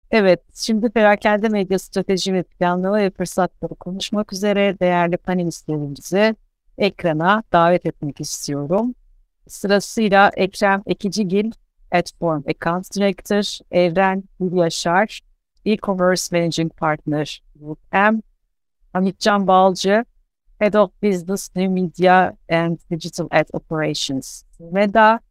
Evet, şimdi perakende medya strateji ve planlama ve fırsatları konuşmak üzere değerli panelistlerimizi ekrana davet etmek istiyorum. Sırasıyla Ekrem Ekicigil, Adform Account Director, Evren Gül Yaşar, E-Commerce Managing Partner, Group M, Hamitcan Balcı, Head of Business New Media and Digital Ad Operations, Meda,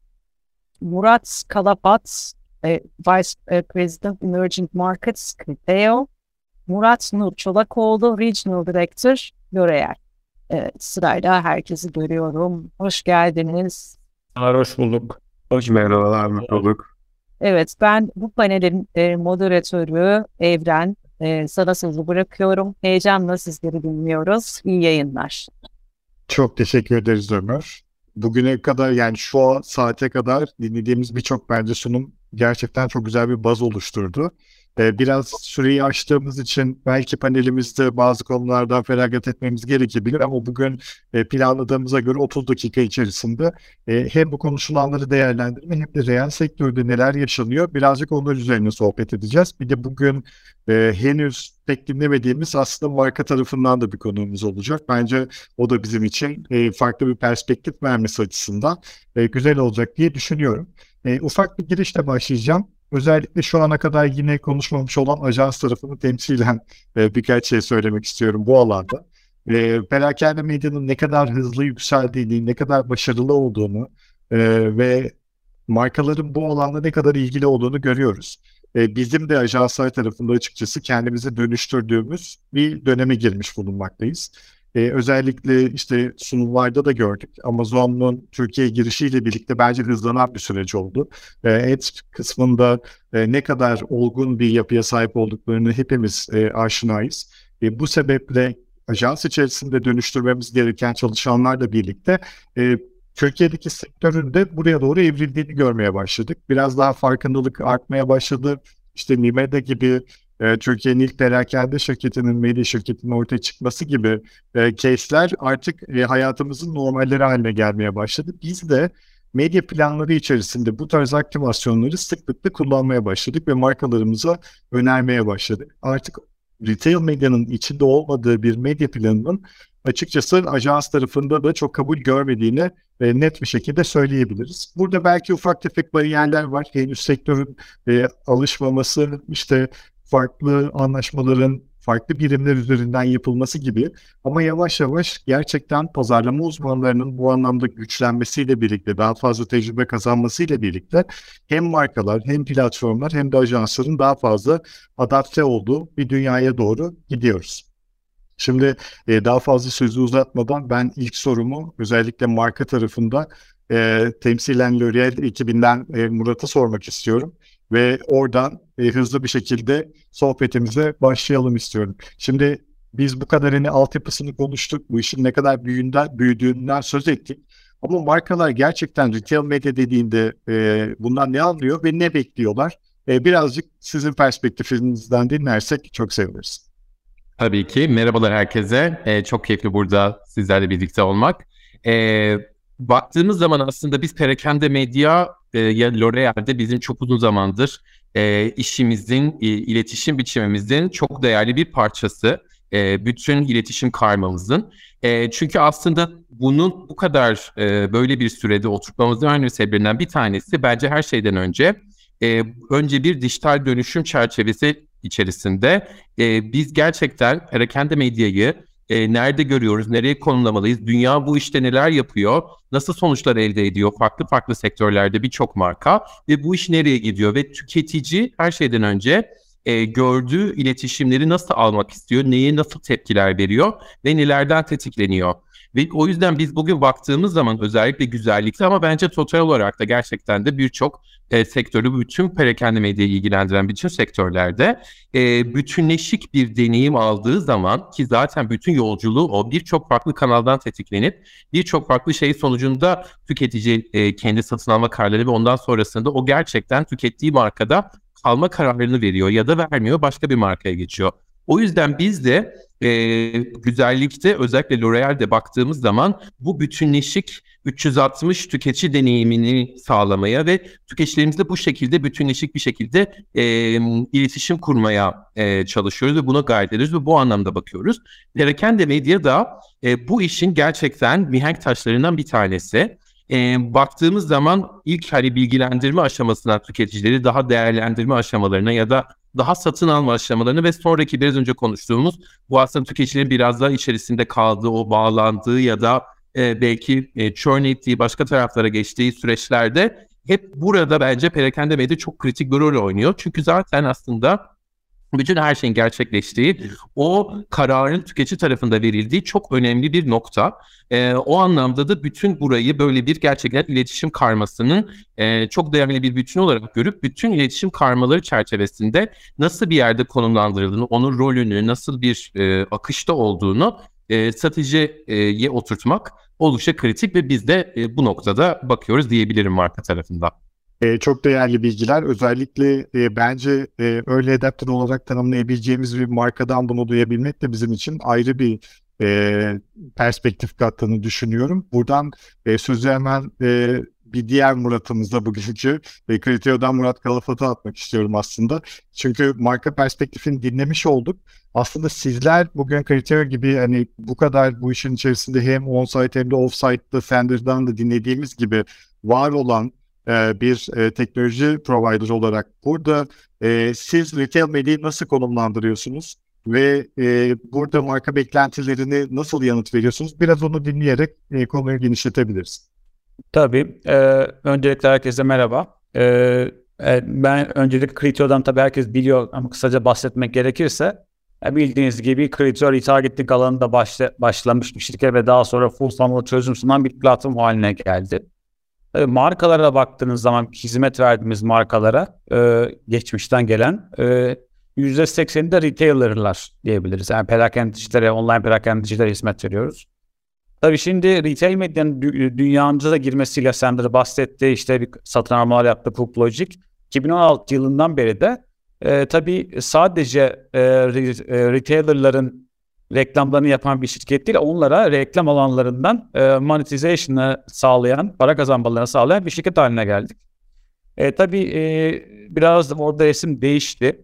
Murat Kalapat, Vice President Emerging Markets, Criteo, Murat Nur Çolakoğlu, Regional Director, L'Oreal. Sırayla herkesi görüyorum. Hoş geldiniz. Hoş bulduk. Merhabalar, hoş bulduk. Evet, ben bu panelin moderatörü Evren. Sana sözü bırakıyorum. Heyecanla sizleri dinliyoruz. İyi yayınlar. Çok teşekkür ederiz Ömer. Bugüne kadar yani şu saate kadar dinlediğimiz birçok bence sunum gerçekten çok güzel bir baz oluşturdu. Biraz süreyi aştığımız için belki panelimizde bazı konulardan feragat etmemiz gerekebilir ama bugün planladığımıza göre 30 dakika içerisinde hem bu konuşulanları değerlendirme hem de reel sektörde neler yaşanıyor birazcık onlar üzerine sohbet edeceğiz. Bir de bugün henüz pek dinlemediğimiz aslında marka tarafından da bir konuğumuz olacak. Bence o da bizim için farklı bir perspektif vermesi açısından güzel olacak diye düşünüyorum. Ufak bir girişle başlayacağım. Özellikle şu ana kadar yine konuşmamış olan ajans tarafını temsilen birkaç şey söylemek istiyorum bu alanda. Perakende medyanın ne kadar hızlı yükseldiğini, ne kadar başarılı olduğunu ve markaların bu alanda ne kadar ilgili olduğunu görüyoruz. Bizim de ajanslar tarafında açıkçası kendimizi dönüştürdüğümüz bir döneme girmiş bulunmaktayız. Özellikle işte sunumlarda da gördük. Amazon'un Türkiye'ye girişiyle birlikte bence hızlanan bir süreç oldu. Ads kısmında ne kadar olgun bir yapıya sahip olduklarını hepimiz aşinayız. Bu sebeple ajans içerisinde dönüştürmemiz gereken çalışanlarla birlikte Türkiye'deki sektörün de buraya doğru evrildiğini görmeye başladık. Biraz daha farkındalık artmaya başladı. İşte Nimeda gibi Türkiye'nin ilk perakende şirketinin, medya şirketinin ortaya çıkması gibi case'ler artık hayatımızın normalleri haline gelmeye başladı. Biz de medya planları içerisinde bu tarz aktivasyonları sıklıkla kullanmaya başladık ve markalarımıza önermeye başladık. Artık retail medyanın içinde olmadığı bir medya planının açıkçası ajans tarafında da çok kabul görmediğini net bir şekilde söyleyebiliriz. Burada belki ufak tefek bariyerler var. Henüz sektörün alışmaması, işte farklı anlaşmaların farklı birimler üzerinden yapılması gibi. Ama yavaş yavaş gerçekten pazarlama uzmanlarının bu anlamda güçlenmesiyle birlikte, daha fazla tecrübe kazanmasıyla birlikte hem markalar hem platformlar hem de ajansların daha fazla adapte olduğu bir dünyaya doğru gidiyoruz. Şimdi daha fazla sözü uzatmadan ben ilk sorumu özellikle marka tarafında temsilen L'Oreal ekibinden Murat'a sormak istiyorum. Ve oradan hızlı bir şekilde sohbetimize başlayalım istiyorum. Şimdi biz bu kadarını altyapısını konuştuk. Bu işin ne kadar büyüdüğünden söz ettik. Ama markalar gerçekten retail medya dediğinde bundan ne anlıyor ve ne bekliyorlar? Birazcık sizin perspektifinizden dinlersek çok seviniriz. Tabii ki. Merhabalar herkese. Çok keyifli burada sizlerle birlikte olmak. Baktığımız zaman aslında biz perakende medya ya L'Oreal'de bizim çok uzun zamandır işimizin, iletişim biçimimizin çok değerli bir parçası. Bütün iletişim karmamızın. Çünkü aslında bunun bu kadar böyle bir sürede oturtmamızın önemli sebeplerinden bir tanesi bence her şeyden önce bir dijital dönüşüm çerçevesi içerisinde biz gerçekten perakende medyayı nerede görüyoruz, nereye konumlamalıyız, dünya bu işte neler yapıyor, nasıl sonuçlar elde ediyor, farklı farklı sektörlerde birçok marka ve bu iş nereye gidiyor ve tüketici her şeyden önce gördüğü iletişimleri nasıl almak istiyor, neye nasıl tepkiler veriyor ve nelerden tetikleniyor. Ve o yüzden biz bugün baktığımız zaman özellikle güzellikle ama bence total olarak da gerçekten de birçok sektörü, bütün perakende medyayı ilgilendiren bütün sektörlerde bütünleşik bir deneyim aldığı zaman ki zaten bütün yolculuğu o birçok farklı kanaldan tetiklenip birçok farklı şey sonucunda tüketici kendi satın alma kararları ve ondan sonrasında o gerçekten tükettiği markada kalma kararlarını veriyor ya da vermiyor, başka bir markaya geçiyor. O yüzden biz de güzellikte özellikle L'Oréal'de baktığımız zaman bu bütünleşik 360 tüketici deneyimini sağlamaya ve tüketicilerimizle bu şekilde bütünleşik bir şekilde iletişim kurmaya çalışıyoruz ve buna gayret ediyoruz ve bu anlamda bakıyoruz. Perakende medya da bu işin gerçekten mihenk taşlarından bir tanesi. Baktığımız zaman ilk bilgilendirme aşamasına tüketicileri daha değerlendirme aşamalarına ya da daha satın alma aşamalarını ve sonraki biraz önce konuştuğumuz bu aslında tüketicilerin biraz daha içerisinde kaldığı, o bağlandığı ya da belki churn ettiği, başka taraflara geçtiği süreçlerde hep burada bence perakende medya çok kritik bir rol oynuyor. Çünkü zaten aslında bütün her şeyin gerçekleştiği, o kararın tüketici tarafında verildiği çok önemli bir nokta. O anlamda da bütün burayı böyle bir gerçekten iletişim karmasının çok değerli bir bütün olarak görüp bütün iletişim karmaları çerçevesinde nasıl bir yerde konumlandırıldığını, onun rolünü, nasıl bir akışta olduğunu stratejiye oturtmak oldukça kritik ve biz de bu noktada bakıyoruz diyebilirim marka tarafında. Çok değerli bilgiler. Özellikle bence early adapter olarak tanımlayabileceğimiz bir markadan bunu duyabilmek de bizim için ayrı bir perspektif kattığını düşünüyorum. Buradan sözü hemen bir diğer Murat'ımızla bugünkü Kriteo'dan Murat Kalafat'a atmak istiyorum aslında. Çünkü marka perspektifini dinlemiş olduk. Aslında sizler bugün Kriteo gibi hani bu kadar bu işin içerisinde hem on-site hem de off-site'da Fender'dan da dinlediğimiz gibi var olan bir teknoloji provider olarak burada siz retail medyayı nasıl konumlandırıyorsunuz ve burada marka beklentilerini nasıl yanıt veriyorsunuz? Biraz onu dinleyerek konuyu genişletebiliriz. Tabii. Öncelikle herkese merhaba. Ben öncelikle Kriteo'dan tabii herkes biliyor ama kısaca bahsetmek gerekirse bildiğiniz gibi Kriteo retargeting alanında başlamış bir şirket ve daha sonra full funnel çözüm sunan bir platform haline geldi. Markalara baktığınız zaman hizmet verdiğimiz markalara geçmişten gelen %80'i de retailer'lar diyebiliriz. Yani perakendecilere, online perakendecilere hizmet veriyoruz. Tabii şimdi retail medyanın dünyamıza da girmesiyle Sandra bahsetti, işte bir satın almalar yaptı PulpLogic. 2016 yılından beri de tabii sadece retailer'ların reklamlarını yapan bir şirket değil, onlara reklam alanlarından monetization'ı sağlayan, para kazanmalarını sağlayan bir şirket haline geldik. Tabii biraz orada resim değişti.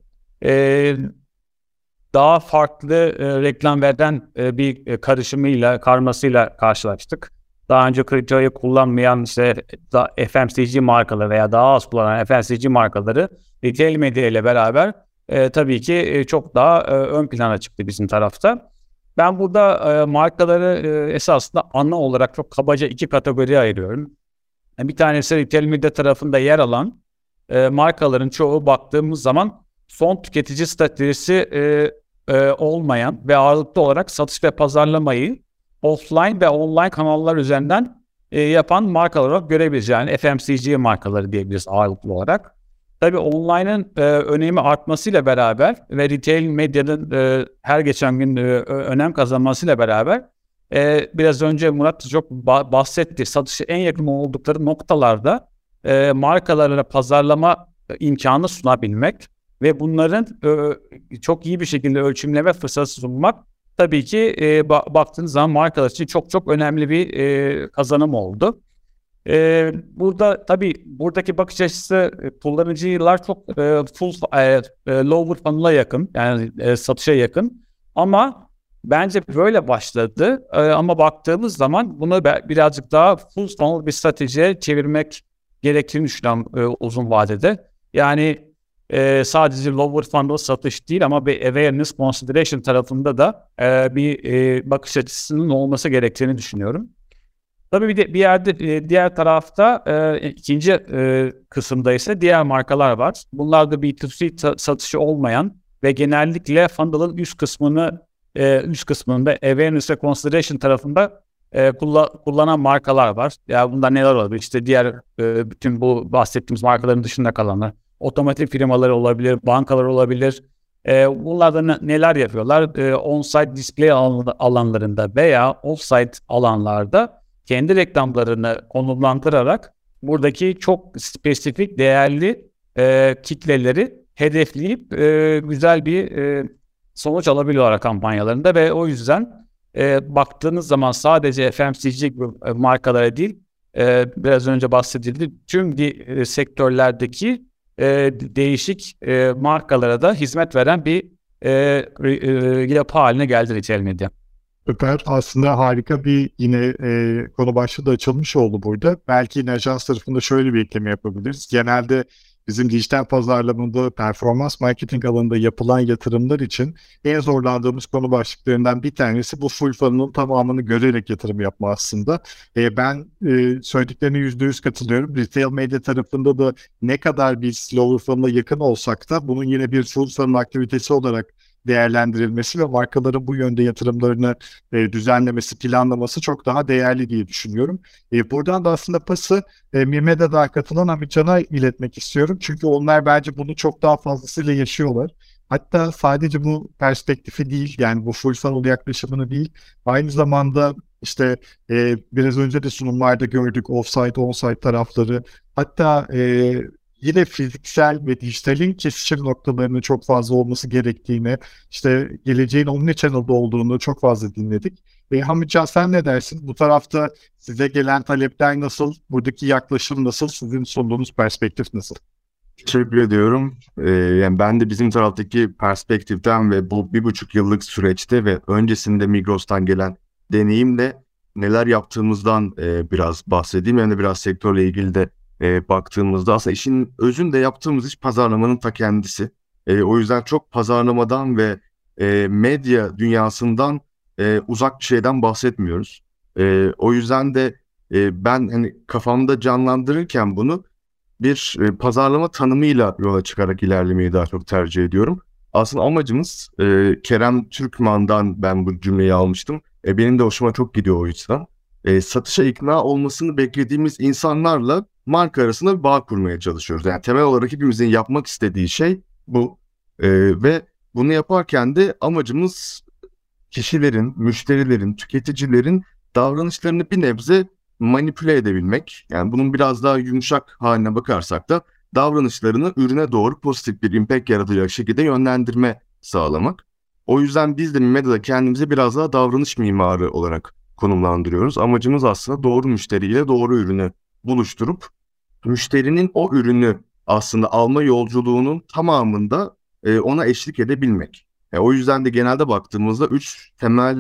Daha farklı reklam veren bir karmasıyla karşılaştık. Daha önce Kriteo'yu kullanmayan işte FMCG markaları veya daha az kullanan FMCG markaları retail medya ile beraber tabii ki çok daha ön plana çıktı bizim tarafta. Ben burada markaları esasında ana olarak çok kabaca iki kategoriye ayırıyorum. Bir tanesi retail medya tarafında yer alan markaların çoğu baktığımız zaman son tüketici stratejisi olmayan ve ağırlıklı olarak satış ve pazarlamayı offline ve online kanallar üzerinden yapan markalar olarak görebiliriz. Yani FMCG markaları diyebiliriz ağırlıklı olarak. Tabii online'ın önemi artmasıyla beraber ve retail medyanın her geçen gün önem kazanmasıyla beraber biraz önce Murat çok bahsetti. Satışa en yakın oldukları noktalarda markalara pazarlama imkanı sunabilmek ve bunların çok iyi bir şekilde ölçümleme fırsatı sunmak tabii ki baktığınız zaman markalar için çok çok önemli bir kazanım oldu. Burada tabii buradaki bakış açısı kullanıcılar çok lower funnel'a yakın, yani satışa yakın ama bence böyle başladı ama baktığımız zaman bunu birazcık daha full funnel bir stratejiye çevirmek gerektiğini düşünüyorum uzun vadede. Yani sadece lower funnel satış değil ama bir awareness consideration tarafında da bir bakış açısının olması gerektiğini düşünüyorum. Tabii bir de bir yerde diğer tarafta ikinci kısımda ise diğer markalar var. Bunlar da B2C satışı olmayan ve genellikle funnel'ın üst kısmında awareness ve consideration tarafında kullanan markalar var. Ya bunlar neler olabilir? İşte diğer bütün bu bahsettiğimiz markaların dışında kalanlar. Otomotiv firmaları olabilir, bankalar olabilir. Bunlar da neler yapıyorlar? On-site display alanlarında veya off-site alanlarda kendi reklamlarını konumlandırarak buradaki çok spesifik, değerli kitleleri hedefleyip güzel bir sonuç alabiliyorlar kampanyalarında ve o yüzden baktığınız zaman sadece FMCG markalara değil, biraz önce bahsedildi, tüm sektörlerdeki değişik markalara da hizmet veren bir yapı haline geldi retail medya. Süper. Aslında harika bir yine konu başlığı da açılmış oldu burada. Belki yine ajans tarafında şöyle bir ekleme yapabiliriz. Genelde bizim dijital pazarlamada, performans marketing alanında yapılan yatırımlar için en zorlandığımız konu başlıklarından bir tanesi bu full funnel'ın tamamını görerek yatırım yapma aslında. Ben söylediklerine %100 katılıyorum. Retail medya tarafında da ne kadar biz lower funnel'a yakın olsak da bunun yine bir full funnel aktivitesi olarak değerlendirilmesi ve markaların bu yönde yatırımlarını düzenlemesi, planlaması çok daha değerli diye düşünüyorum. Buradan da aslında pası Mime'de katılan Amitcan'a iletmek istiyorum. Çünkü onlar bence bunu çok daha fazlasıyla yaşıyorlar. Hatta sadece bu perspektifi değil, yani bu full funnel yaklaşımını değil, aynı zamanda işte biraz önce de sunumlarda gördük off-site, on-site tarafları. Hatta yine fiziksel ve dijitalin kesişim noktalarının çok fazla olması gerektiğini, işte geleceğin omnichannel'da olduğunu çok fazla dinledik. Hamitcan, sen ne dersin? Bu tarafta size gelen talepler nasıl? Buradaki yaklaşım nasıl? Sizin sunduğunuz perspektif nasıl? Teşekkür ediyorum. Yani ben de bizim taraftaki perspektiften ve bu 1,5 yıllık süreçte ve öncesinde Migros'tan gelen deneyimle neler yaptığımızdan biraz bahsedeyim. Yani biraz sektörle ilgili de baktığımızda aslında işin özünde yaptığımız iş pazarlamanın ta kendisi. O yüzden çok pazarlamadan ve medya dünyasından uzak bir şeyden bahsetmiyoruz. O yüzden de ben hani kafamda canlandırırken bunu bir pazarlama tanımıyla yola çıkarak ilerlemeyi daha çok tercih ediyorum. Aslında amacımız Kerem Türkman'dan ben bu cümleyi almıştım. Benim de hoşuma çok gidiyor o yüzden. Satışa ikna olmasını beklediğimiz insanlarla marka arasında bir bağ kurmaya çalışıyoruz. Yani temel olarak hepimizin yapmak istediği şey bu. Ve bunu yaparken de amacımız kişilerin, müşterilerin, tüketicilerin davranışlarını bir nebze manipüle edebilmek. Yani bunun biraz daha yumuşak haline bakarsak da davranışlarını ürüne doğru pozitif bir impact yaratacak şekilde yönlendirme sağlamak. O yüzden biz de medyada kendimizi biraz daha davranış mimarı olarak konumlandırıyoruz. Amacımız aslında doğru müşteriyle doğru ürünü buluşturup müşterinin o ürünü aslında alma yolculuğunun tamamında ona eşlik edebilmek. O yüzden de genelde baktığımızda 3 temel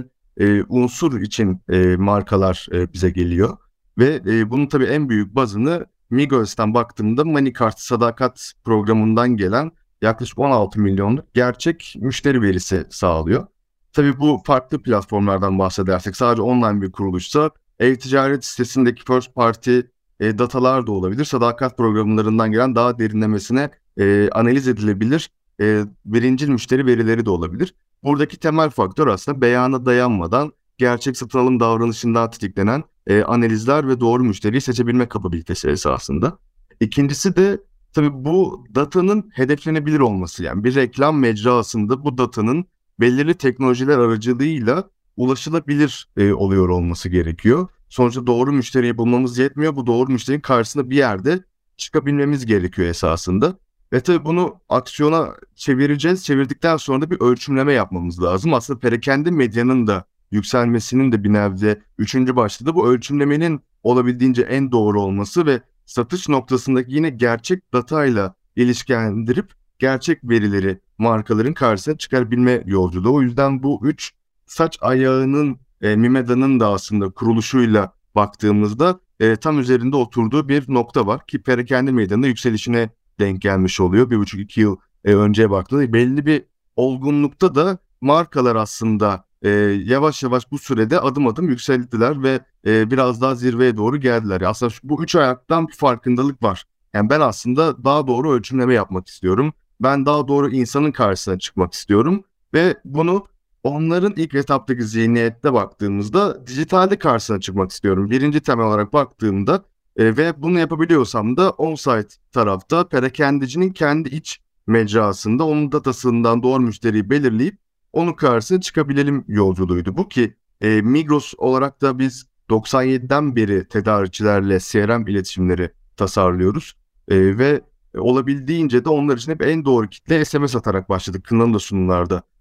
unsur için markalar bize geliyor. Ve bunun tabii en büyük bazını Migros'tan baktığımda MoneyCard sadakat programından gelen yaklaşık 16 milyonluk gerçek müşteri verisi sağlıyor. Tabii bu farklı platformlardan bahsedersek sadece online bir kuruluşsa e-ticaret sitesindeki first party datalar da olabilir. Sadakat programlarından gelen daha derinlemesine analiz edilebilir birincil müşteri verileri de olabilir. Buradaki temel faktör aslında beyana dayanmadan gerçek satın alım davranışından tetiklenen analizler ve doğru müşteriyi seçebilme kapabilitesi esasında. İkincisi de tabii bu datanın hedeflenebilir olması. Yani bir reklam mecrasında bu datanın belirli teknolojiler aracılığıyla ulaşılabilir oluyor olması gerekiyor. Sonuçta doğru müşteriyi bulmamız yetmiyor. Bu doğru müşterinin karşısında bir yerde çıkabilmemiz gerekiyor esasında. Ve tabii bunu aksiyona çevireceğiz. Çevirdikten sonra da bir ölçümleme yapmamız lazım. Aslında perakende medyanın da yükselmesinin de bir nebze üçüncü başlığı da bu ölçümlemenin olabildiğince en doğru olması ve satış noktasındaki yine gerçek datayla ilişkilendirip gerçek verileri markaların karşısına çıkarabilme yolculuğu. O yüzden bu üç saç ayağının Mimeda'nın da aslında kuruluşuyla baktığımızda tam üzerinde oturduğu bir nokta var ki perakende medyanın da yükselişine denk gelmiş oluyor. 1,5-2 yıl önceye baktığında belli bir olgunlukta da markalar aslında yavaş yavaş bu sürede adım adım yükseldiler ve biraz daha zirveye doğru geldiler. Aslında bu üç ayaktan bir farkındalık var. Yani ben aslında daha doğru ölçümleme yapmak istiyorum. Ben daha doğru insanın karşısına çıkmak istiyorum ve bunu onların ilk etaptaki zihniyette baktığımızda dijitalde karşısına çıkmak istiyorum. Birinci temel olarak baktığımda ve bunu yapabiliyorsam da on-site tarafta perakendecinin kendi iç mecrasında onun datasından doğru müşteriyi belirleyip onun karşısına çıkabilelim yolculuğuydu. Bu ki Migros olarak da biz 97'den beri tedarikçilerle CRM iletişimleri tasarlıyoruz. Ve olabildiğince de onlar için hep en doğru kitle SMS atarak başladık. Kınalı da sunumlarda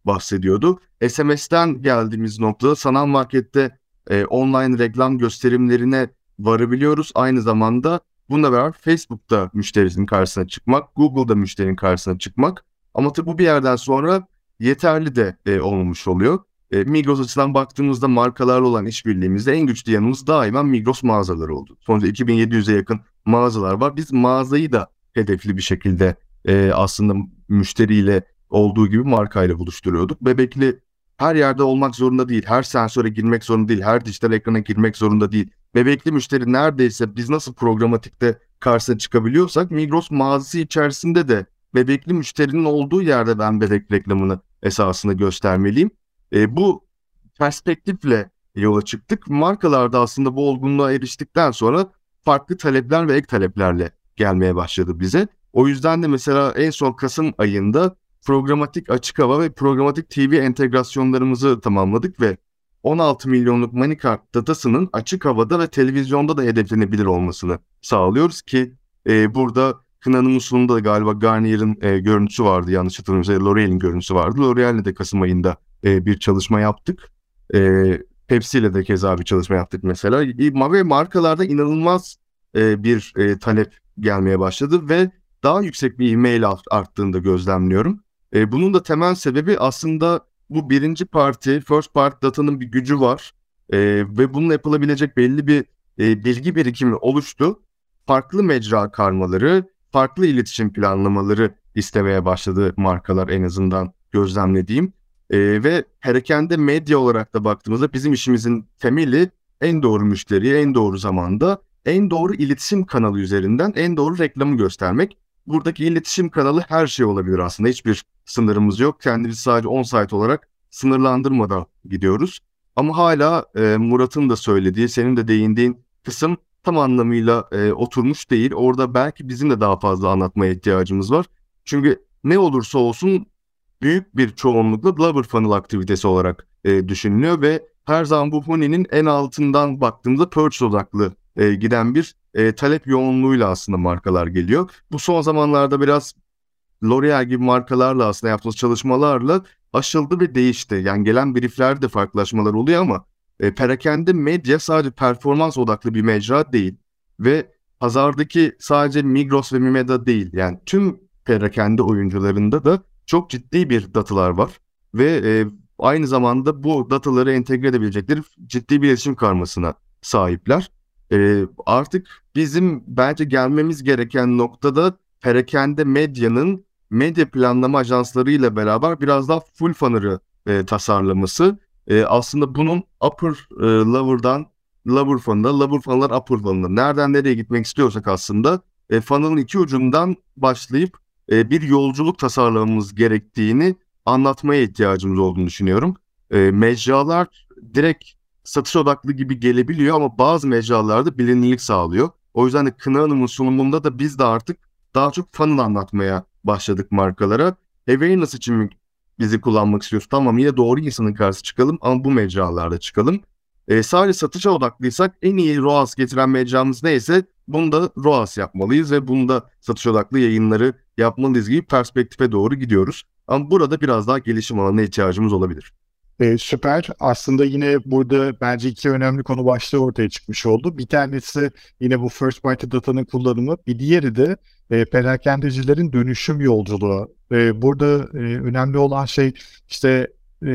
bahsediyordu. SMS'ten geldiğimiz noktada sanal markette online reklam gösterimlerine varabiliyoruz. Aynı zamanda bununla beraber Facebook'ta müşterinin karşısına çıkmak, Google'da müşterinin karşısına çıkmak. Ama tabii bu bir yerden sonra yeterli de olmamış oluyor. Migros açısından baktığımızda markalarla olan işbirliğimizde en güçlü yanımız daima Migros mağazaları oldu. Sonuçta 2700'e yakın mağazalar var. Biz mağazayı da hedefli bir şekilde aslında müşteriyle olduğu gibi markayla buluşturuyorduk. Bebekli her yerde olmak zorunda değil, her sensöre girmek zorunda değil, her dijital ekrana girmek zorunda değil. Bebekli müşteri neredeyse biz nasıl programatikte karşısına çıkabiliyorsak Migros mağazası içerisinde de bebekli müşterinin olduğu yerde ben bebek reklamını esasında göstermeliyim. Bu perspektifle yola çıktık. Markalarda aslında bu olgunluğa eriştikten sonra farklı talepler ve ek taleplerle gelmeye başladı bize. O yüzden de mesela en son Kasım ayında programatik açık hava ve programatik TV entegrasyonlarımızı tamamladık ve 16 milyonluk MoneyCard datasının açık havada ve televizyonda da hedeflenebilir olmasını sağlıyoruz ki burada Kınanın sonunda da galiba Garnier'in görüntüsü vardı, yanlış hatırlamıyorsam L'Oreal'in görüntüsü vardı. L'Oreal'le de Kasım ayında bir çalışma yaptık. Pepsi ile de keza bir çalışma yaptık mesela. Ve markalarda inanılmaz bir talep gelmeye başladı ve daha yüksek bir ivmeyle arttığını da gözlemliyorum. Bunun da temel sebebi aslında bu birinci parti, first party datanın bir gücü var ve bununla yapılabilecek belli bir bilgi birikimi oluştu. Farklı mecra karmaları, farklı iletişim planlamaları istemeye başladı markalar, en azından gözlemlediğim. Ve perakende medya olarak da baktığımızda bizim işimizin temeli en doğru müşteriye, en doğru zamanda, en doğru iletişim kanalı üzerinden en doğru reklamı göstermek. Buradaki iletişim kanalı her şey olabilir aslında. Hiçbir sınırımız yok. Kendimizi sadece on-site olarak sınırlandırmadan gidiyoruz. Ama hala Murat'ın da söylediği, senin de değindiğin kısım tam anlamıyla oturmuş değil. Orada belki bizim de daha fazla anlatmaya ihtiyacımız var. Çünkü ne olursa olsun büyük bir çoğunlukla Lover Funnel aktivitesi olarak düşünülüyor ve her zaman bu honey'nin en altından baktığımızda purchase odaklı giden bir talep yoğunluğuyla aslında markalar geliyor. Bu son zamanlarda biraz L'Oreal gibi markalarla aslında yaptığımız çalışmalarla aşıldı ve değişti. Yani gelen brieflerde de farklılaşmalar oluyor ama perakende medya sadece performans odaklı bir mecra değil. Ve pazardaki sadece Migros ve Mimeda değil. Yani tüm perakende oyuncularında da çok ciddi bir datalar var. Ve aynı zamanda bu dataları entegre edebilecekleri ciddi bir iletişim karmasına sahipler. Artık bizim bence gelmemiz gereken noktada perakende medyanın medya planlama ajanslarıyla beraber biraz daha full funnel'ı tasarlaması. Aslında bunun upper lower'dan lower funnel'a, lower funnel'lar upper funnel'a nereden nereye gitmek istiyorsak aslında funnel'ın iki ucundan başlayıp bir yolculuk tasarlamamız gerektiğini anlatmaya ihtiyacımız olduğunu düşünüyorum. Mecralar direkt satış odaklı gibi gelebiliyor ama bazı mecralarda bilinirlik sağlıyor. O yüzden de Kına Hanım'ın sunumunda da biz de artık daha çok funnel anlatmaya başladık markalara. Awareness için bizi kullanmak istiyoruz. Tamam, yine doğru insanın karşısına çıkalım ama bu mecralarda çıkalım. Sadece satışa odaklıysak en iyi ROAS getiren mecramız neyse bunda ROAS yapmalıyız ve bunda satış odaklı yayınları yapmalıyız gibi perspektife doğru gidiyoruz. Ama burada biraz daha gelişim alanına ihtiyacımız olabilir. Süper. Aslında yine burada bence iki önemli konu başlığı ortaya çıkmış oldu. Bir tanesi yine bu first party datanın kullanımı. Bir diğeri de perakendecilerin dönüşüm yolculuğu. Burada önemli olan şey işte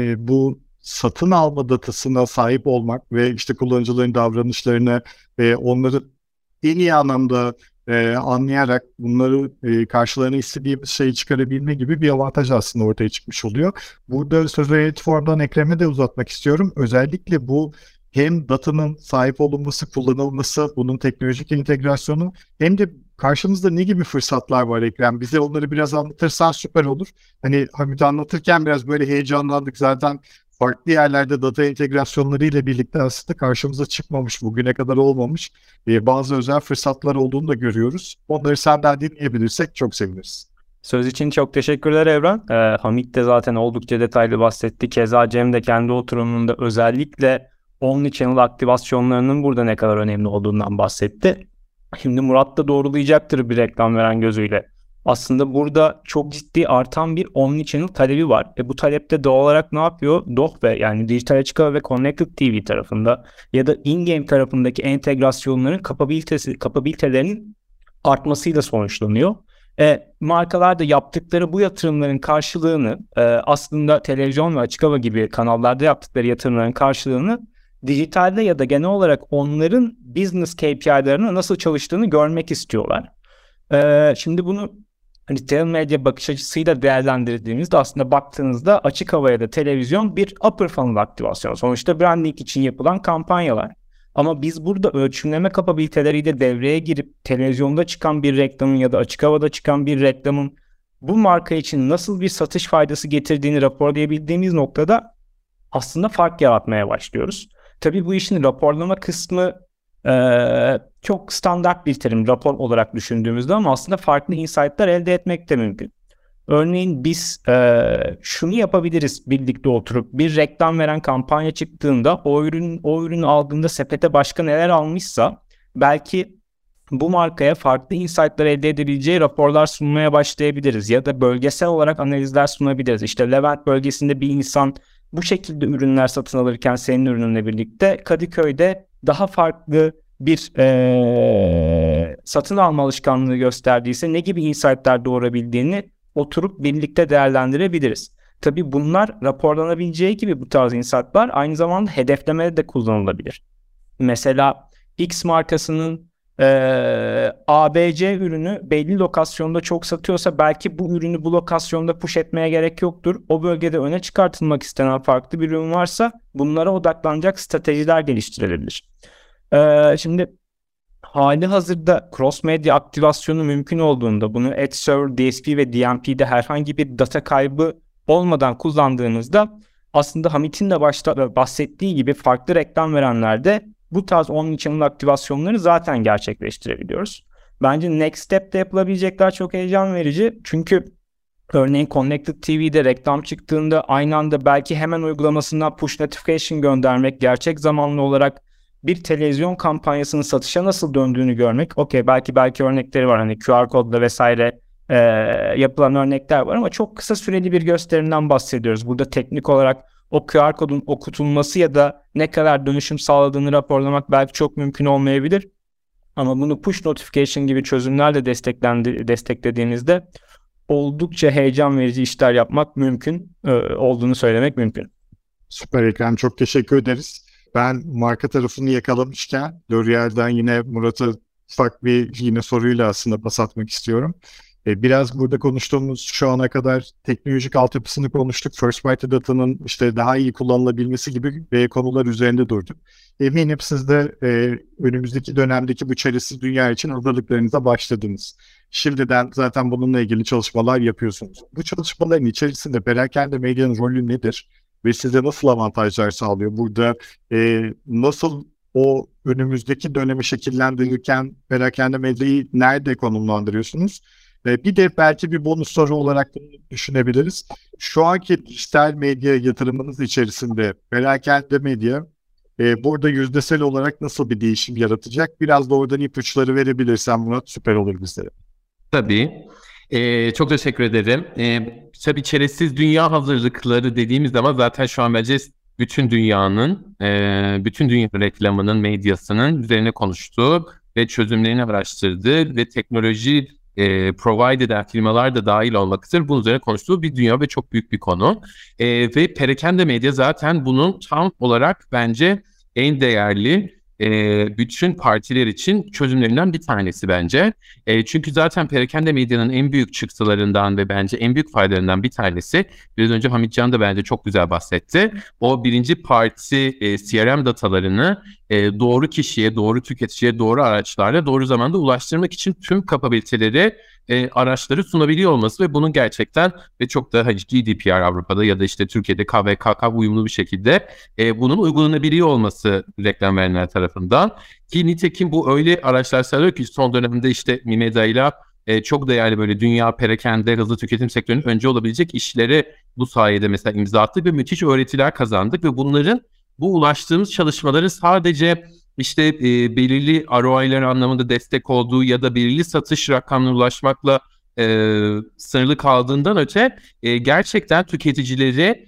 bu satın alma datasına sahip olmak ve işte kullanıcıların davranışlarını onları en iyi anlamda anlayarak bunları karşılarına istediğimiz şeyi çıkarabilme gibi bir avantaj aslında ortaya çıkmış oluyor. Burada sözü Form'dan Ekrem'e de uzatmak istiyorum. Özellikle bu hem datanın sahip olunması, kullanılması, bunun teknolojik entegrasyonu hem de karşımızda ne gibi fırsatlar var Ekrem? Bize onları biraz anlatırsan süper olur. Hani Hamit anlatırken biraz böyle heyecanlandık zaten. Farklı yerlerde data entegrasyonları ile birlikte aslında karşımıza çıkmamış, bugüne kadar olmamış bazı özel fırsatlar olduğunu da görüyoruz. Onları senden dinleyebilirsek çok seviniriz. Söz için çok teşekkürler Evren. Hamit de zaten oldukça detaylı bahsetti. Keza Cem de kendi oturumunda özellikle omnichannel aktivasyonlarının burada ne kadar önemli olduğundan bahsetti. Şimdi Murat da doğrulayacaktır bir reklam veren gözüyle. Aslında burada çok ciddi artan bir omnichannel talebi var. Bu talepte doğal olarak ne yapıyor? Dohve yani dijital açık hava ve Connected TV tarafında ya da in-game tarafındaki entegrasyonların kapabilitelerinin artmasıyla sonuçlanıyor. Markalar da yaptıkları bu yatırımların karşılığını aslında televizyon ve açık hava gibi kanallarda yaptıkları yatırımların karşılığını dijitalde ya da genel olarak onların business KPI'larının nasıl çalıştığını görmek istiyorlar. Şimdi bunu retail medya bakış açısıyla değerlendirdiğimizde aslında baktığınızda açık hava ya da televizyon bir upper funnel aktivasyon. Sonuçta branding için yapılan kampanyalar. Ama biz burada ölçümleme kapabiliteleriyle devreye girip televizyonda çıkan bir reklamın ya da açık havada çıkan bir reklamın bu marka için nasıl bir satış faydası getirdiğini raporlayabildiğimiz noktada aslında fark yaratmaya başlıyoruz. Tabii bu işin raporlama kısmı çok standart bir terim rapor olarak düşündüğümüzde ama aslında farklı insight'lar elde etmek de mümkün. Örneğin biz şunu yapabiliriz birlikte oturup bir reklam veren kampanya çıktığında o ürünü aldığında sepete başka neler almışsa belki bu markaya farklı insight'lar elde edebileceği raporlar sunmaya başlayabiliriz ya da bölgesel olarak analizler sunabiliriz. İşte Levent bölgesinde bir insan bu şekilde ürünler satın alırken senin ürününle birlikte Kadıköy'de daha farklı bir satın alma alışkanlığı gösterdiyse ne gibi insight'lar doğurabildiğini oturup birlikte değerlendirebiliriz. Tabii bunlar raporlanabileceği gibi bu tarz insight'lar aynı zamanda hedeflemede de kullanılabilir. Mesela X markasının ABC ürünü belli lokasyonda çok satıyorsa belki bu ürünü bu lokasyonda push etmeye gerek yoktur. O bölgede öne çıkartılmak istenen farklı bir ürün varsa bunlara odaklanacak stratejiler geliştirilebilir. Şimdi hali hazırda cross medya aktivasyonu mümkün olduğunda bunu Ad Server, DSP ve DMP'de herhangi bir data kaybı olmadan kullandığınızda aslında Hamit'in de başta bahsettiği gibi farklı reklam verenlerde bu tarz omnichannel aktivasyonları zaten gerçekleştirebiliyoruz. Bence next step'te yapılabilecekler çok heyecan verici. Çünkü örneğin Connected TV'de reklam çıktığında aynı anda belki hemen uygulamasından push notification göndermek, gerçek zamanlı olarak bir televizyon kampanyasının satışa nasıl döndüğünü görmek. Okey, belki örnekleri var, hani QR kodla vesaire yapılan örnekler var ama çok kısa süreli bir gösterimden bahsediyoruz. Burada teknik olarak o QR kodun okutulması ya da ne kadar dönüşüm sağladığını raporlamak belki çok mümkün olmayabilir. Ama bunu push notification gibi çözümlerle desteklediğinizde oldukça heyecan verici işler yapmak mümkün olduğunu söylemek mümkün. Süper Ekrem, çok teşekkür ederiz. Ben marka tarafını yakalamışken L'Oreal'den yine Murat'a ufak bir yine soruyla aslında pas atmak istiyorum. Biraz burada konuştuğumuz şu ana kadar teknolojik altyapısını konuştuk. First party datanın işte daha iyi kullanılabilmesi gibi konular üzerinde durduk. Eminim siz de önümüzdeki dönemdeki bu çaresiz dünya için hazırlıklarınıza başladınız. Şimdiden zaten bununla ilgili çalışmalar yapıyorsunuz. Bu çalışmaların içerisinde perakende medyanın rolü nedir? Ve size nasıl avantajlar sağlıyor? Burada nasıl o önümüzdeki dönemi şekillendirirken perakende medyayı nerede konumlandırıyorsunuz? Bir de belki bir bonus soru olarak düşünebiliriz. Şu anki dijital medya yatırımınız içerisinde perakende medya burada yüzdesel olarak nasıl bir değişim yaratacak? Biraz da oradan ipuçları verebilirsen Murat, süper olur bizlere. Tabii. Çok teşekkür ederim. Tabii çaresiz dünya hazırlıkları dediğimiz zaman zaten şu an bence bütün dünyanın, bütün dünya reklamının, medyasının üzerine konuştuğu ve çözümlerini araştırdığı ve teknoloji provide eden firmalar da dahil olmak üzere bunun üzerine konuştuğu bir dünya ve çok büyük bir konu. Ve perakende medya zaten bunun tam olarak bence en değerli bütün partiler için çözümlerinden bir tanesi bence. Çünkü zaten perakende medyanın en büyük çıktılarından ve bence en büyük faydalarından bir tanesi, biraz önce Hamitcan da bence çok güzel bahsetti. O birinci parti CRM datalarını doğru kişiye, doğru tüketiciye, doğru araçlarla doğru zamanda ulaştırmak için tüm kapabiliteleri, araçları sunabiliyor olması ve bunun gerçekten ve çok da GDPR Avrupa'da ya da işte Türkiye'de KVKK uyumlu bir şekilde bunun uygulanabiliyor olması reklam verenler tarafından. Ki nitekim bu öyle araçlar sağlıyor ki son dönemde işte Mimeda'yla çok değerli böyle dünya perakende hızlı tüketim sektörünün önce olabilecek işleri bu sayede mesela imza attık ve müthiş öğretiler kazandık ve bunların bu ulaştığımız çalışmaların sadece işte belirli ROI'ler anlamında destek olduğu ya da belirli satış rakamına ulaşmakla sınırlı kaldığından öte gerçekten tüketicileri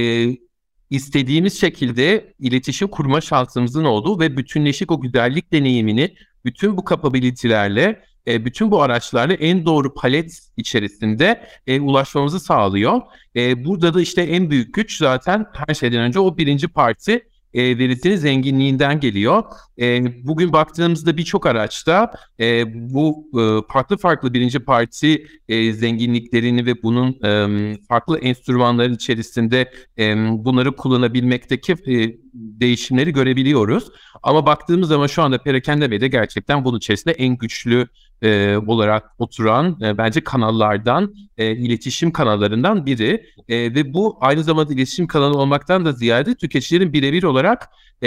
istediğimiz şekilde iletişim kurma şansımızın olduğu ve bütünleşik o güzellik deneyimini bütün bu capability'lerle, bütün bu araçlarla en doğru palet içerisinde ulaşmamızı sağlıyor. Burada da işte en büyük güç zaten her şeyden önce o birinci parti verisinin zenginliğinden geliyor. Bugün baktığımızda birçok araçta bu farklı birinci parti zenginliklerini ve bunun farklı enstrümanların içerisinde bunları kullanabilmekteki değişimleri görebiliyoruz. Ama baktığımız zaman şu anda perakende medya gerçekten bunun içerisinde en güçlü olarak oturan bence kanallardan, iletişim kanallarından biri. Ve bu aynı zamanda iletişim kanalı olmaktan da ziyade tüketicilerin birebir olarak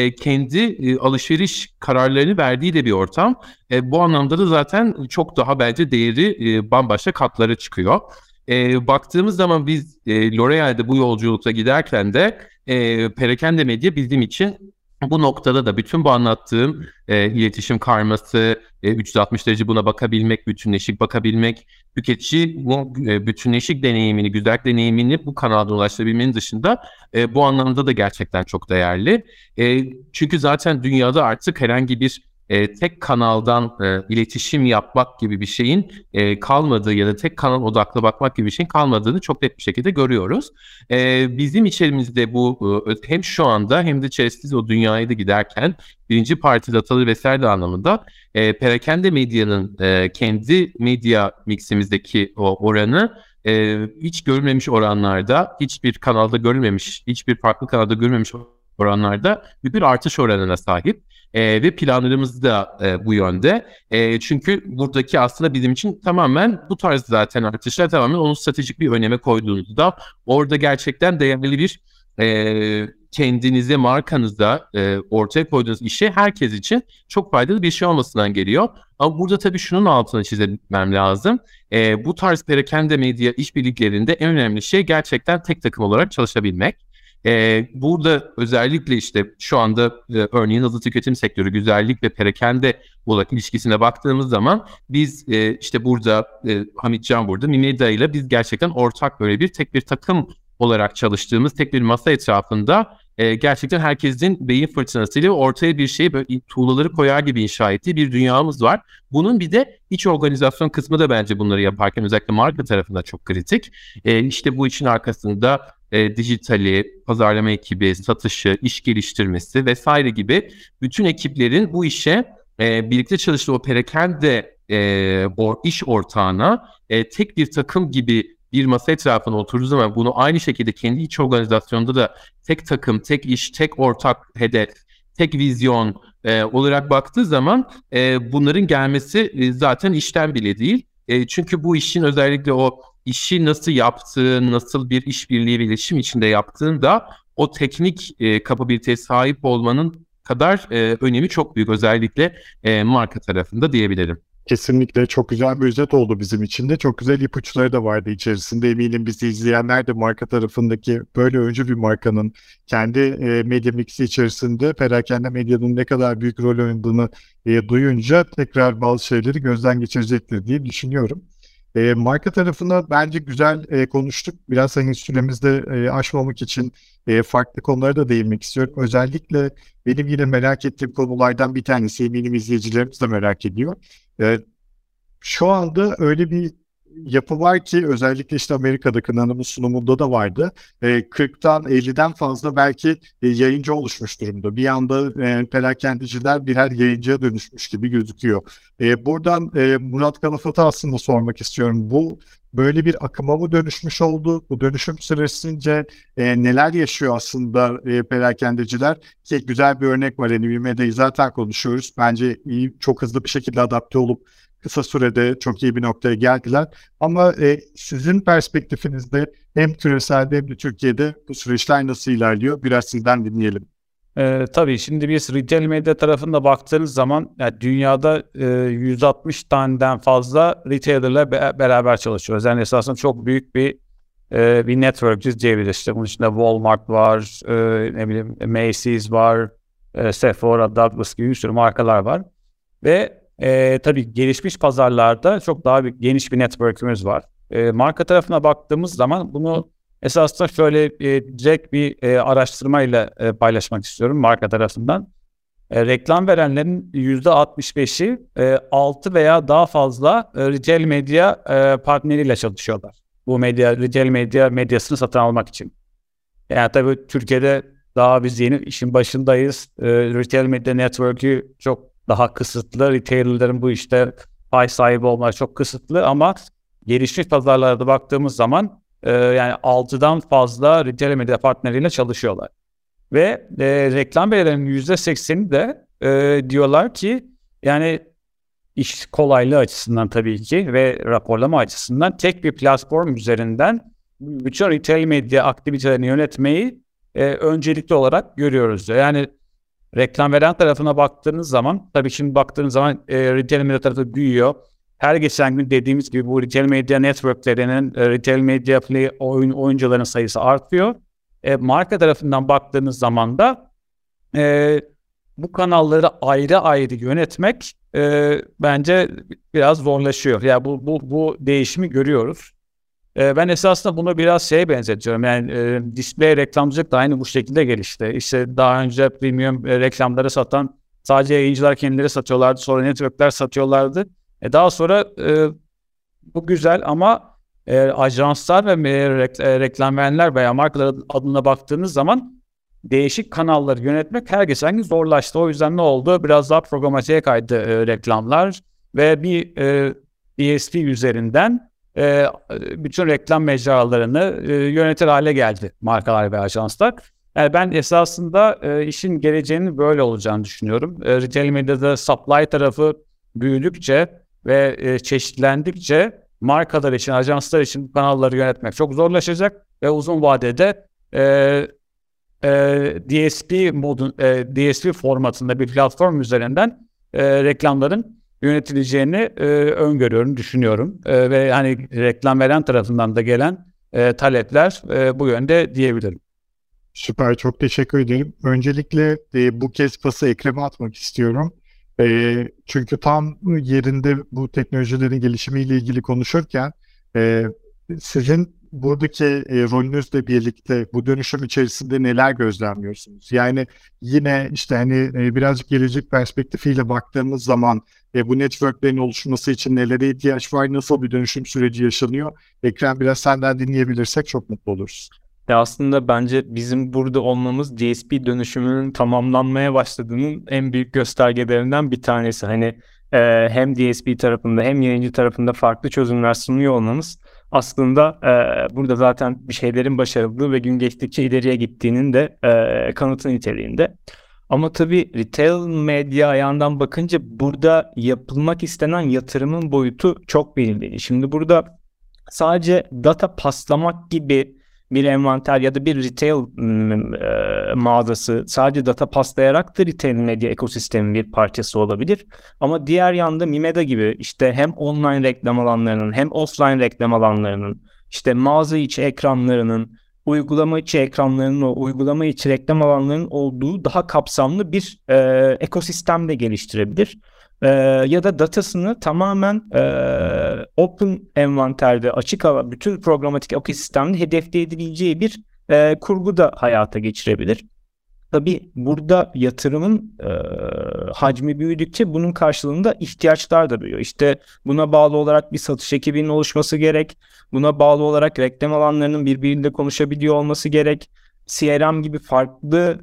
kendi alışveriş kararlarını verdiği de bir ortam. Bu anlamda da zaten çok daha bence değeri bambaşka katlara çıkıyor. Baktığımız zaman biz L'Oréal'de bu yolculukta giderken de perakende medya bizim için bu noktada da bütün bu anlattığım iletişim karması, 360 derece buna bakabilmek, bütünleşik bakabilmek, tüketici bu bütünleşik deneyimini, güzel deneyimini bu kanalda ulaştırabilmenin dışında bu anlamda da gerçekten çok değerli. Çünkü zaten dünyada artık herhangi bir tek kanaldan iletişim yapmak gibi bir şeyin kalmadığı ya da tek kanal odaklı bakmak gibi bir şeyin kalmadığını çok net bir şekilde görüyoruz. Bizim içerimizde bu hem şu anda hem de içerisinde o dünyaya da giderken birinci parti dataları vesaire de anlamında perakende medyanın kendi medya miximizdeki o oranı hiç görülmemiş oranlarda, hiçbir kanalda görülmemiş, hiçbir farklı kanalda görülmemiş oranlarda bir artış oranına sahip. Ve planlarımız da bu yönde. Çünkü buradaki aslında bizim için tamamen bu tarz zaten artışlar tamamen onun stratejik bir öneme koyduğunuzda orada gerçekten değerli bir kendinize, markanıza ortaya koyduğunuz işe herkes için çok faydalı bir şey olmasından geliyor. Ama burada tabii şunun altını çizmem lazım. Bu tarz perakende medya işbirliklerinde en önemli şey gerçekten tek takım olarak çalışabilmek. Burada özellikle işte şu anda örneğin hızlı tüketim sektörü, güzellik ve perakende olarak ilişkisine baktığımız zaman biz işte burada Hamit Can burada Mimeda ile biz gerçekten ortak böyle tek bir takım olarak çalıştığımız tek bir masa etrafında gerçekten herkesin beyin fırtınasıyla ortaya bir şey böyle tuğlaları koyar gibi inşa ettiği bir dünyamız var. Bunun bir de iç organizasyon kısmı da bence bunları yaparken özellikle marka tarafında çok kritik. İşte bu için arkasında dijitali, pazarlama ekibi, satışı, iş geliştirmesi vesaire gibi bütün ekiplerin bu işe birlikte çalıştığı o perakende iş ortağına tek bir takım gibi bir masa etrafına oturduğu zaman bunu aynı şekilde kendi iç organizasyonda da tek takım, tek iş, tek ortak hedef, tek vizyon olarak baktığı zaman bunların gelmesi zaten işten bile değil. Çünkü bu işin özellikle o işi nasıl yaptığın, nasıl bir işbirliği ve iletişim içinde yaptığında o teknik kapabiliteye sahip olmanın kadar önemi çok büyük özellikle marka tarafında diyebilirim. Kesinlikle çok güzel bir özet oldu bizim için de. Çok güzel ipuçları da vardı içerisinde. Eminim bizi izleyenler de marka tarafındaki böyle öncü bir markanın kendi medya mixi içerisinde perakende medyanın ne kadar büyük rol oynadığını duyunca tekrar bazı şeyleri gözden geçirecektir diye düşünüyorum. Marka tarafına bence güzel konuştuk. Biraz hani süremizde aşmamak için farklı konulara da değinmek istiyorum. Özellikle benim yine merak ettiğim konulardan bir tanesi, eminim izleyicilerimiz de merak ediyor. Şu anda öyle bir yapı var ki özellikle işte Amerika'da Kınanım'ın sunumunda da vardı. 40'tan 50'den fazla belki yayıncı oluşmuş durumda. Bir anda perakendeciler birer yayıncıya dönüşmüş gibi gözüküyor. Buradan Murat Kalafat'a aslında sormak istiyorum. Bu böyle bir akıma mı dönüşmüş oldu? Bu dönüşüm süresince neler yaşıyor aslında perakendeciler? Ki güzel bir örnek var. Yani Mimeda'yı zaten konuşuyoruz. Bence çok hızlı bir şekilde adapte olup kısa sürede çok iyi bir noktaya geldiler. Ama sizin perspektifinizde hem küreselde hem de Türkiye'de bu süreçler nasıl ilerliyor? Biraz sizden dinleyelim. Tabii şimdi biz retail medya tarafında baktığınız zaman yani dünyada 160 taneden fazla retailer'la beraber çalışıyoruz. Yani esasında çok büyük bir network diyebiliriz. İşte bunun içinde Walmart var, ne bileyim Macy's var, Sephora, Douglas gibi bir sürü markalar var. Ve Tabii gelişmiş pazarlarda çok daha geniş bir network'ümüz var. Marka tarafına baktığımız zaman bunu esasında şöyle direkt bir araştırmayla paylaşmak istiyorum marka tarafından. Reklam verenlerin %65'i 6 veya daha fazla retail medya partneriyle çalışıyorlar. Bu retail medyasını satın almak için. Yani tabii Türkiye'de daha biz yeni işin başındayız. Retail medya network'ü çok daha kısıtlı. Retailer'ların bu işte pay sahibi olması çok kısıtlı ama gelişmiş pazarlarda baktığımız zaman yani 6'dan fazla retail medya partneriyle çalışıyorlar. Ve reklam verilerinin %80'i de diyorlar ki yani iş kolaylığı açısından tabii ki ve raporlama açısından tek bir platform üzerinden bütün retail medya aktivitelerini yönetmeyi öncelikli olarak görüyoruz diyor. Yani reklam veren tarafına baktığınız zaman tabii şimdi baktığınız zaman retail medya tarafı büyüyor. Her geçen gün dediğimiz gibi bu retail medya networklerinin retail medya oyuncuların sayısı artıyor. Marka tarafından baktığınız zaman da bu kanalları ayrı ayrı yönetmek bence biraz zorlaşıyor. Yani bu değişimi görüyoruz. Ben esasında bunu biraz şeye benzetiyorum. Yani display reklamcılık da aynı bu şekilde gelişti. İşte daha önce premium reklamları satan sadece yayıncılar kendileri satıyorlardı. Sonra networkler satıyorlardı. Daha sonra bu güzel ama ajanslar ve reklam verenler veya markalar adına baktığınız zaman değişik kanalları yönetmek her geçen gün zorlaştı. O yüzden ne oldu? Biraz daha programatiğe kaydı reklamlar ve bir DSP üzerinden bütün reklam mecralarını yönetir hale geldi markalar ve ajanslar. Yani ben esasında işin geleceğinin böyle olacağını düşünüyorum. Retail medyada supply tarafı büyüdükçe ve çeşitlendikçe markalar için, ajanslar için kanalları yönetmek çok zorlaşacak ve uzun vadede DSP formatında bir platform üzerinden reklamların yönetileceğini öngörüyorum, düşünüyorum. Ve hani reklam veren tarafından da gelen talepler bu yönde diyebilirim. Süper, çok teşekkür ederim. Öncelikle bu kez pası Ekrem'e atmak istiyorum. Çünkü tam yerinde bu teknolojilerin gelişimiyle ilgili konuşurken sizin buradaki rolünüzle birlikte bu dönüşüm içerisinde neler gözlemliyorsunuz? Yani yine işte hani birazcık gelecek perspektifiyle baktığımız zaman bu networklerin oluşması için nelere ihtiyaç var, nasıl bir dönüşüm süreci yaşanıyor? Ekrem, biraz senden dinleyebilirsek çok mutlu oluruz. Aslında bence bizim burada olmamız DSP dönüşümünün tamamlanmaya başladığının en büyük göstergelerinden bir tanesi. Hani hem DSP tarafında hem yayıncı tarafında farklı çözümler sunuyor olmamız aslında burada zaten bir şeylerin başarılı ve gün geçtikçe ileriye gittiğinin de kanıtı niteliğinde. Ama tabii retail medya ayağından bakınca burada yapılmak istenen yatırımın boyutu çok belirleyici. Şimdi burada sadece data paslamak gibi bir envanter ya da bir retail mağazası sadece data paslayarak da retail medya ekosistemin bir parçası olabilir. Ama diğer yanda Mimeda gibi işte hem online reklam alanlarının hem offline reklam alanlarının, işte mağaza içi ekranlarının, uygulama içi ekranlarının, o uygulama içi reklam alanlarının olduğu daha kapsamlı bir ekosistem de geliştirebilir. Ya da datasını tamamen open envanterde açık hava bütün programatik ekosistemde hedefleyebileceği bir kurgu da hayata geçirebilir. Tabii burada yatırımın hacmi büyüdükçe bunun karşılığında ihtiyaçlar da büyüyor. İşte buna bağlı olarak bir satış ekibinin oluşması gerek. Buna bağlı olarak reklam alanlarının birbiriyle konuşabiliyor olması gerek. CRM gibi farklı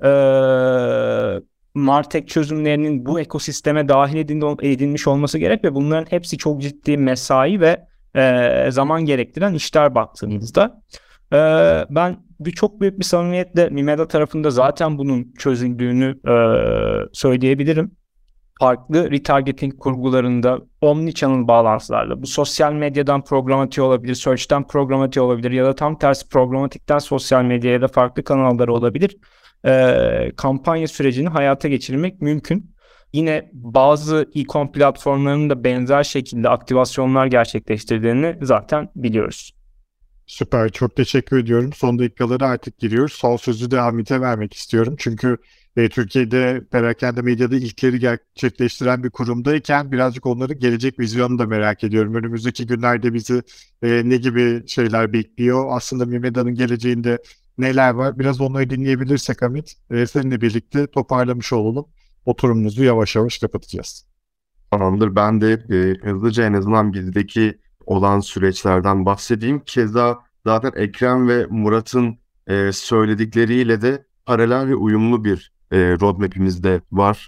MarTech çözümlerinin bu ekosisteme dahil edilmiş olması gerek ve bunların hepsi çok ciddi mesai ve zaman gerektiren işler baktığımızda. Ben çok büyük bir samimiyetle Mimeda tarafında zaten bunun çözüldüğünü söyleyebilirim. Farklı retargeting kurgularında, omnichannel bağlantılarla, bu sosyal medyadan programatiği olabilir, search'ten programatiği olabilir ya da tam tersi programatikten sosyal medyaya da farklı kanalları olabilir. Kampanya sürecini hayata geçirmek mümkün. Yine bazı e-com platformlarının da benzer şekilde aktivasyonlar gerçekleştirdiğini zaten biliyoruz. Süper, çok teşekkür ediyorum. Son dakikalara artık giriyoruz. Son sözü de Hamit'e vermek istiyorum. Çünkü Türkiye'de perakende medyada ilkleri gerçekleştiren bir kurumdayken birazcık onların gelecek vizyonunu da merak ediyorum. Önümüzdeki günlerde bizi ne gibi şeyler bekliyor? Aslında Mimeda'nın geleceğinde neler var? Biraz onları dinleyebilirsek Hamit, seninle birlikte toparlamış olalım. Oturumumuzu yavaş yavaş kapatacağız. Tamamdır. Ben de hızlıca en azından bizdeki olan süreçlerden bahsedeyim. Keza zaten Ekrem ve Murat'ın söyledikleriyle de paralel ve uyumlu bir roadmap'imiz de var.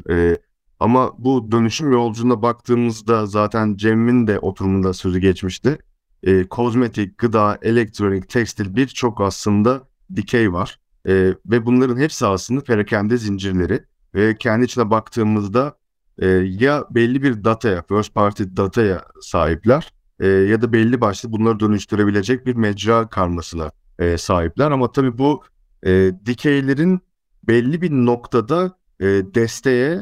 Ama bu dönüşüm yolculuğuna baktığımızda zaten Cem'in de oturumunda sözü geçmişti. Kozmetik, gıda, elektronik, tekstil birçok aslında dikey var. Ve bunların hepsi aslında perakende zincirleri. Ve kendi içine baktığımızda ya belli bir dataya, first party dataya sahipler ya da belli başlı bunları dönüştürebilecek bir mecra karmasına sahipler. Ama tabii bu dikeylerin belli bir noktada desteğe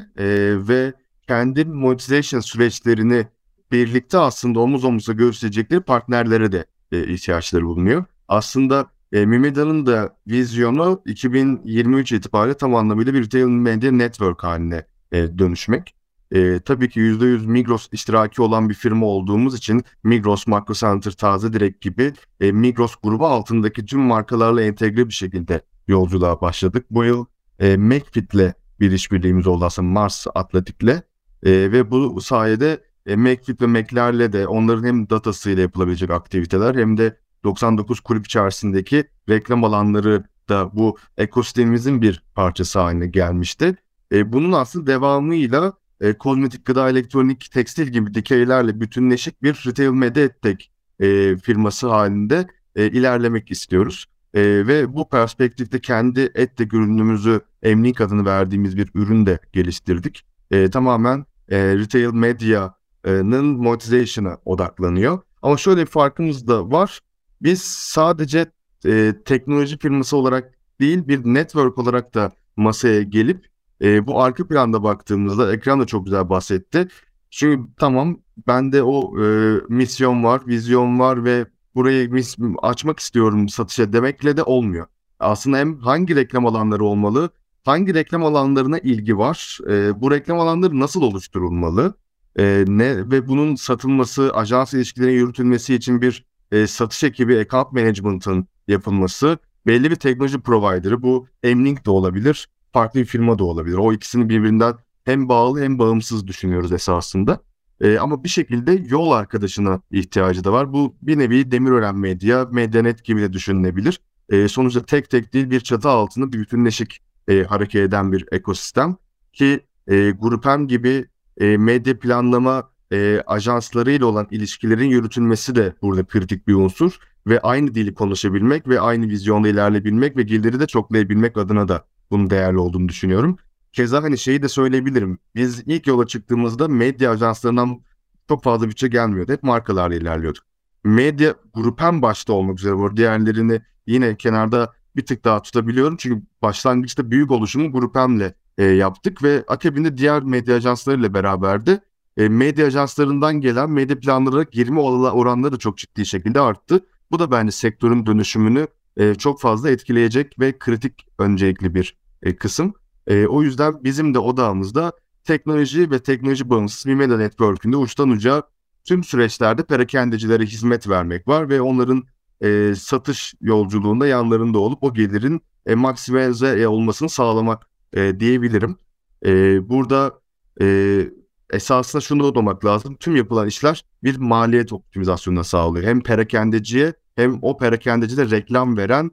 ve kendi monetization süreçlerini birlikte aslında omuz omuza gösterecekleri partnerlere de ihtiyaçları bulunuyor. Aslında Mimeda'nın da vizyonu 2023 itibariyle tam anlamıyla bir retail media network haline dönüşmek. Tabii ki %100 Migros iştiraki olan bir firma olduğumuz için Migros, Makro Center, Tazedirekt gibi Migros grubu altındaki tüm markalarla entegre bir şekilde yolculuğa başladık. Bu yıl McFit'le bir işbirliğimiz oldu aslında, Mars Atletik'le ve bu sayede McFit ve Mac'lerle de onların hem datasıyla yapılabilecek aktiviteler hem de 99 kulüp içerisindeki reklam alanları da bu ekosistemimizin bir parçası haline gelmişti. Bunun aslında devamıyla kozmetik, gıda, elektronik, tekstil gibi dikeylerle bütünleşik bir retail media edtech firması halinde ilerlemek istiyoruz. Ve bu perspektifte kendi edtech ürünümüzü Emlink adını verdiğimiz bir ürün de geliştirdik. Tamamen retail medya'nın monetization'a odaklanıyor. Ama şöyle bir farkımız da var. Biz sadece teknoloji firması olarak değil, bir network olarak da masaya gelip bu arka planda baktığımızda Ekrem de çok güzel bahsetti. Çünkü tamam, bende o misyon var, vizyon var ve burayı açmak istiyorum satışa demekle de olmuyor. Aslında hem hangi reklam alanları olmalı, hangi reklam alanlarına ilgi var, bu reklam alanları nasıl oluşturulmalı, ne ve bunun satılması, ajans ilişkilerinin yürütülmesi için bir satış ekibi, account management'ın yapılması, belli bir teknoloji provider'ı, bu Emlink de olabilir, farklı bir firma da olabilir. O ikisini birbirinden hem bağlı hem bağımsız düşünüyoruz esasında. Ama bir şekilde yol arkadaşına ihtiyacı da var. Bu bir nevi Demirören Medya, Medyanet gibi de düşünülebilir. Sonuçta tek tek değil, bir çatı altında bir bütünleşik hareket eden bir ekosistem. Ki Grupem gibi medya planlama ajanslarıyla olan ilişkilerin yürütülmesi de burada kritik bir unsur. Ve aynı dili konuşabilmek ve aynı vizyonda ilerleyebilmek ve geliri de çoklayabilmek adına da bunun değerli olduğunu düşünüyorum. Keza hani şeyi de söyleyebilirim. Biz ilk yola çıktığımızda medya ajanslarından çok fazla bütçe gelmiyordu. Hep markalarla ilerliyorduk. Medya Grupem başta olmak üzere bu diğerlerini yine kenarda bir tık daha tutabiliyorum. Çünkü başlangıçta büyük oluşumu Grupem'le yaptık ve akabinde diğer medya ajanslarıyla beraberdi. Medya ajanslarından gelen medya planlarına girme oranları da çok ciddi şekilde arttı. Bu da bence sektörün dönüşümünü çok fazla etkileyecek ve kritik öncelikli bir kısım. O yüzden bizim de odağımızda teknoloji ve teknoloji bağımsız Mimeda Network'ünde uçtan uca tüm süreçlerde perakendecilere hizmet vermek var ve onların satış yolculuğunda yanlarında olup o gelirin maksimize olmasını sağlamak diyebilirim. Burada esasında şunu unutmamak lazım. Tüm yapılan işler bir maliyet optimizasyonuna sağlıyor. Hem perakendeciye hem o perakendecide reklam veren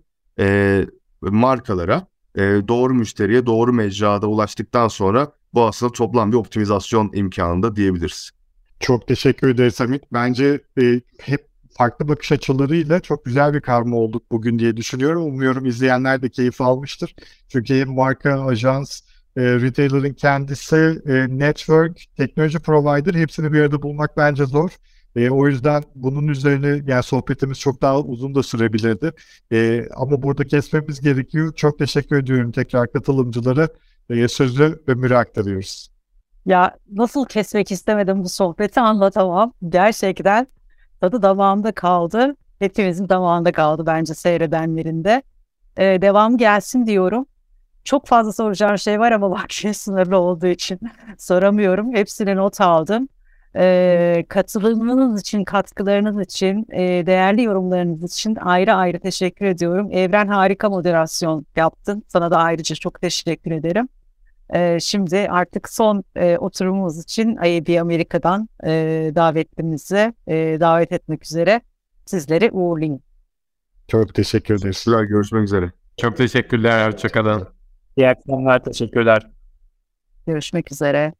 markalara doğru müşteriye doğru mecrada ulaştıktan sonra bu aslında toplam bir optimizasyon imkanında diyebiliriz. Çok teşekkür ederiz Hamit. Bence hep farklı bakış açılarıyla çok güzel bir karma olduk bugün diye düşünüyorum. Umuyorum izleyenler de keyif almıştır. Çünkü hem marka, ajans, retailer'ın kendisi, network, teknoloji provider hepsini bir arada bulmak bence zor. O yüzden bunun üzerine yani sohbetimiz çok daha uzun da sürebilirdi. Ama burada kesmemiz gerekiyor. Çok teşekkür ediyorum tekrar katılımcılara. Sözü Ömür'e aktarıyoruz. Ya nasıl kesmek istemedim bu sohbeti anlatamam. Gerçekten tadı damağımda kaldı. Hepimizin damağında kaldı bence seyredenlerin de. Devam gelsin diyorum. Çok fazla soracağım şey var ama vaktim sınırlı olduğu için soramıyorum. Hepsine not aldım. Katılımınız için, katkılarınız için, değerli yorumlarınız için ayrı ayrı teşekkür ediyorum. Evren harika moderasyon yaptın. Sana da ayrıca çok teşekkür ederim. Şimdi artık son oturumumuz için IAB Amerika'dan davetlimizi davet etmek üzere sizleri uğurlayayım. Çok teşekkür ederiz. Görüşmek üzere. Çok teşekkürler. Hoşçakalın. İyi akşamlar, teşekkürler. Görüşmek üzere.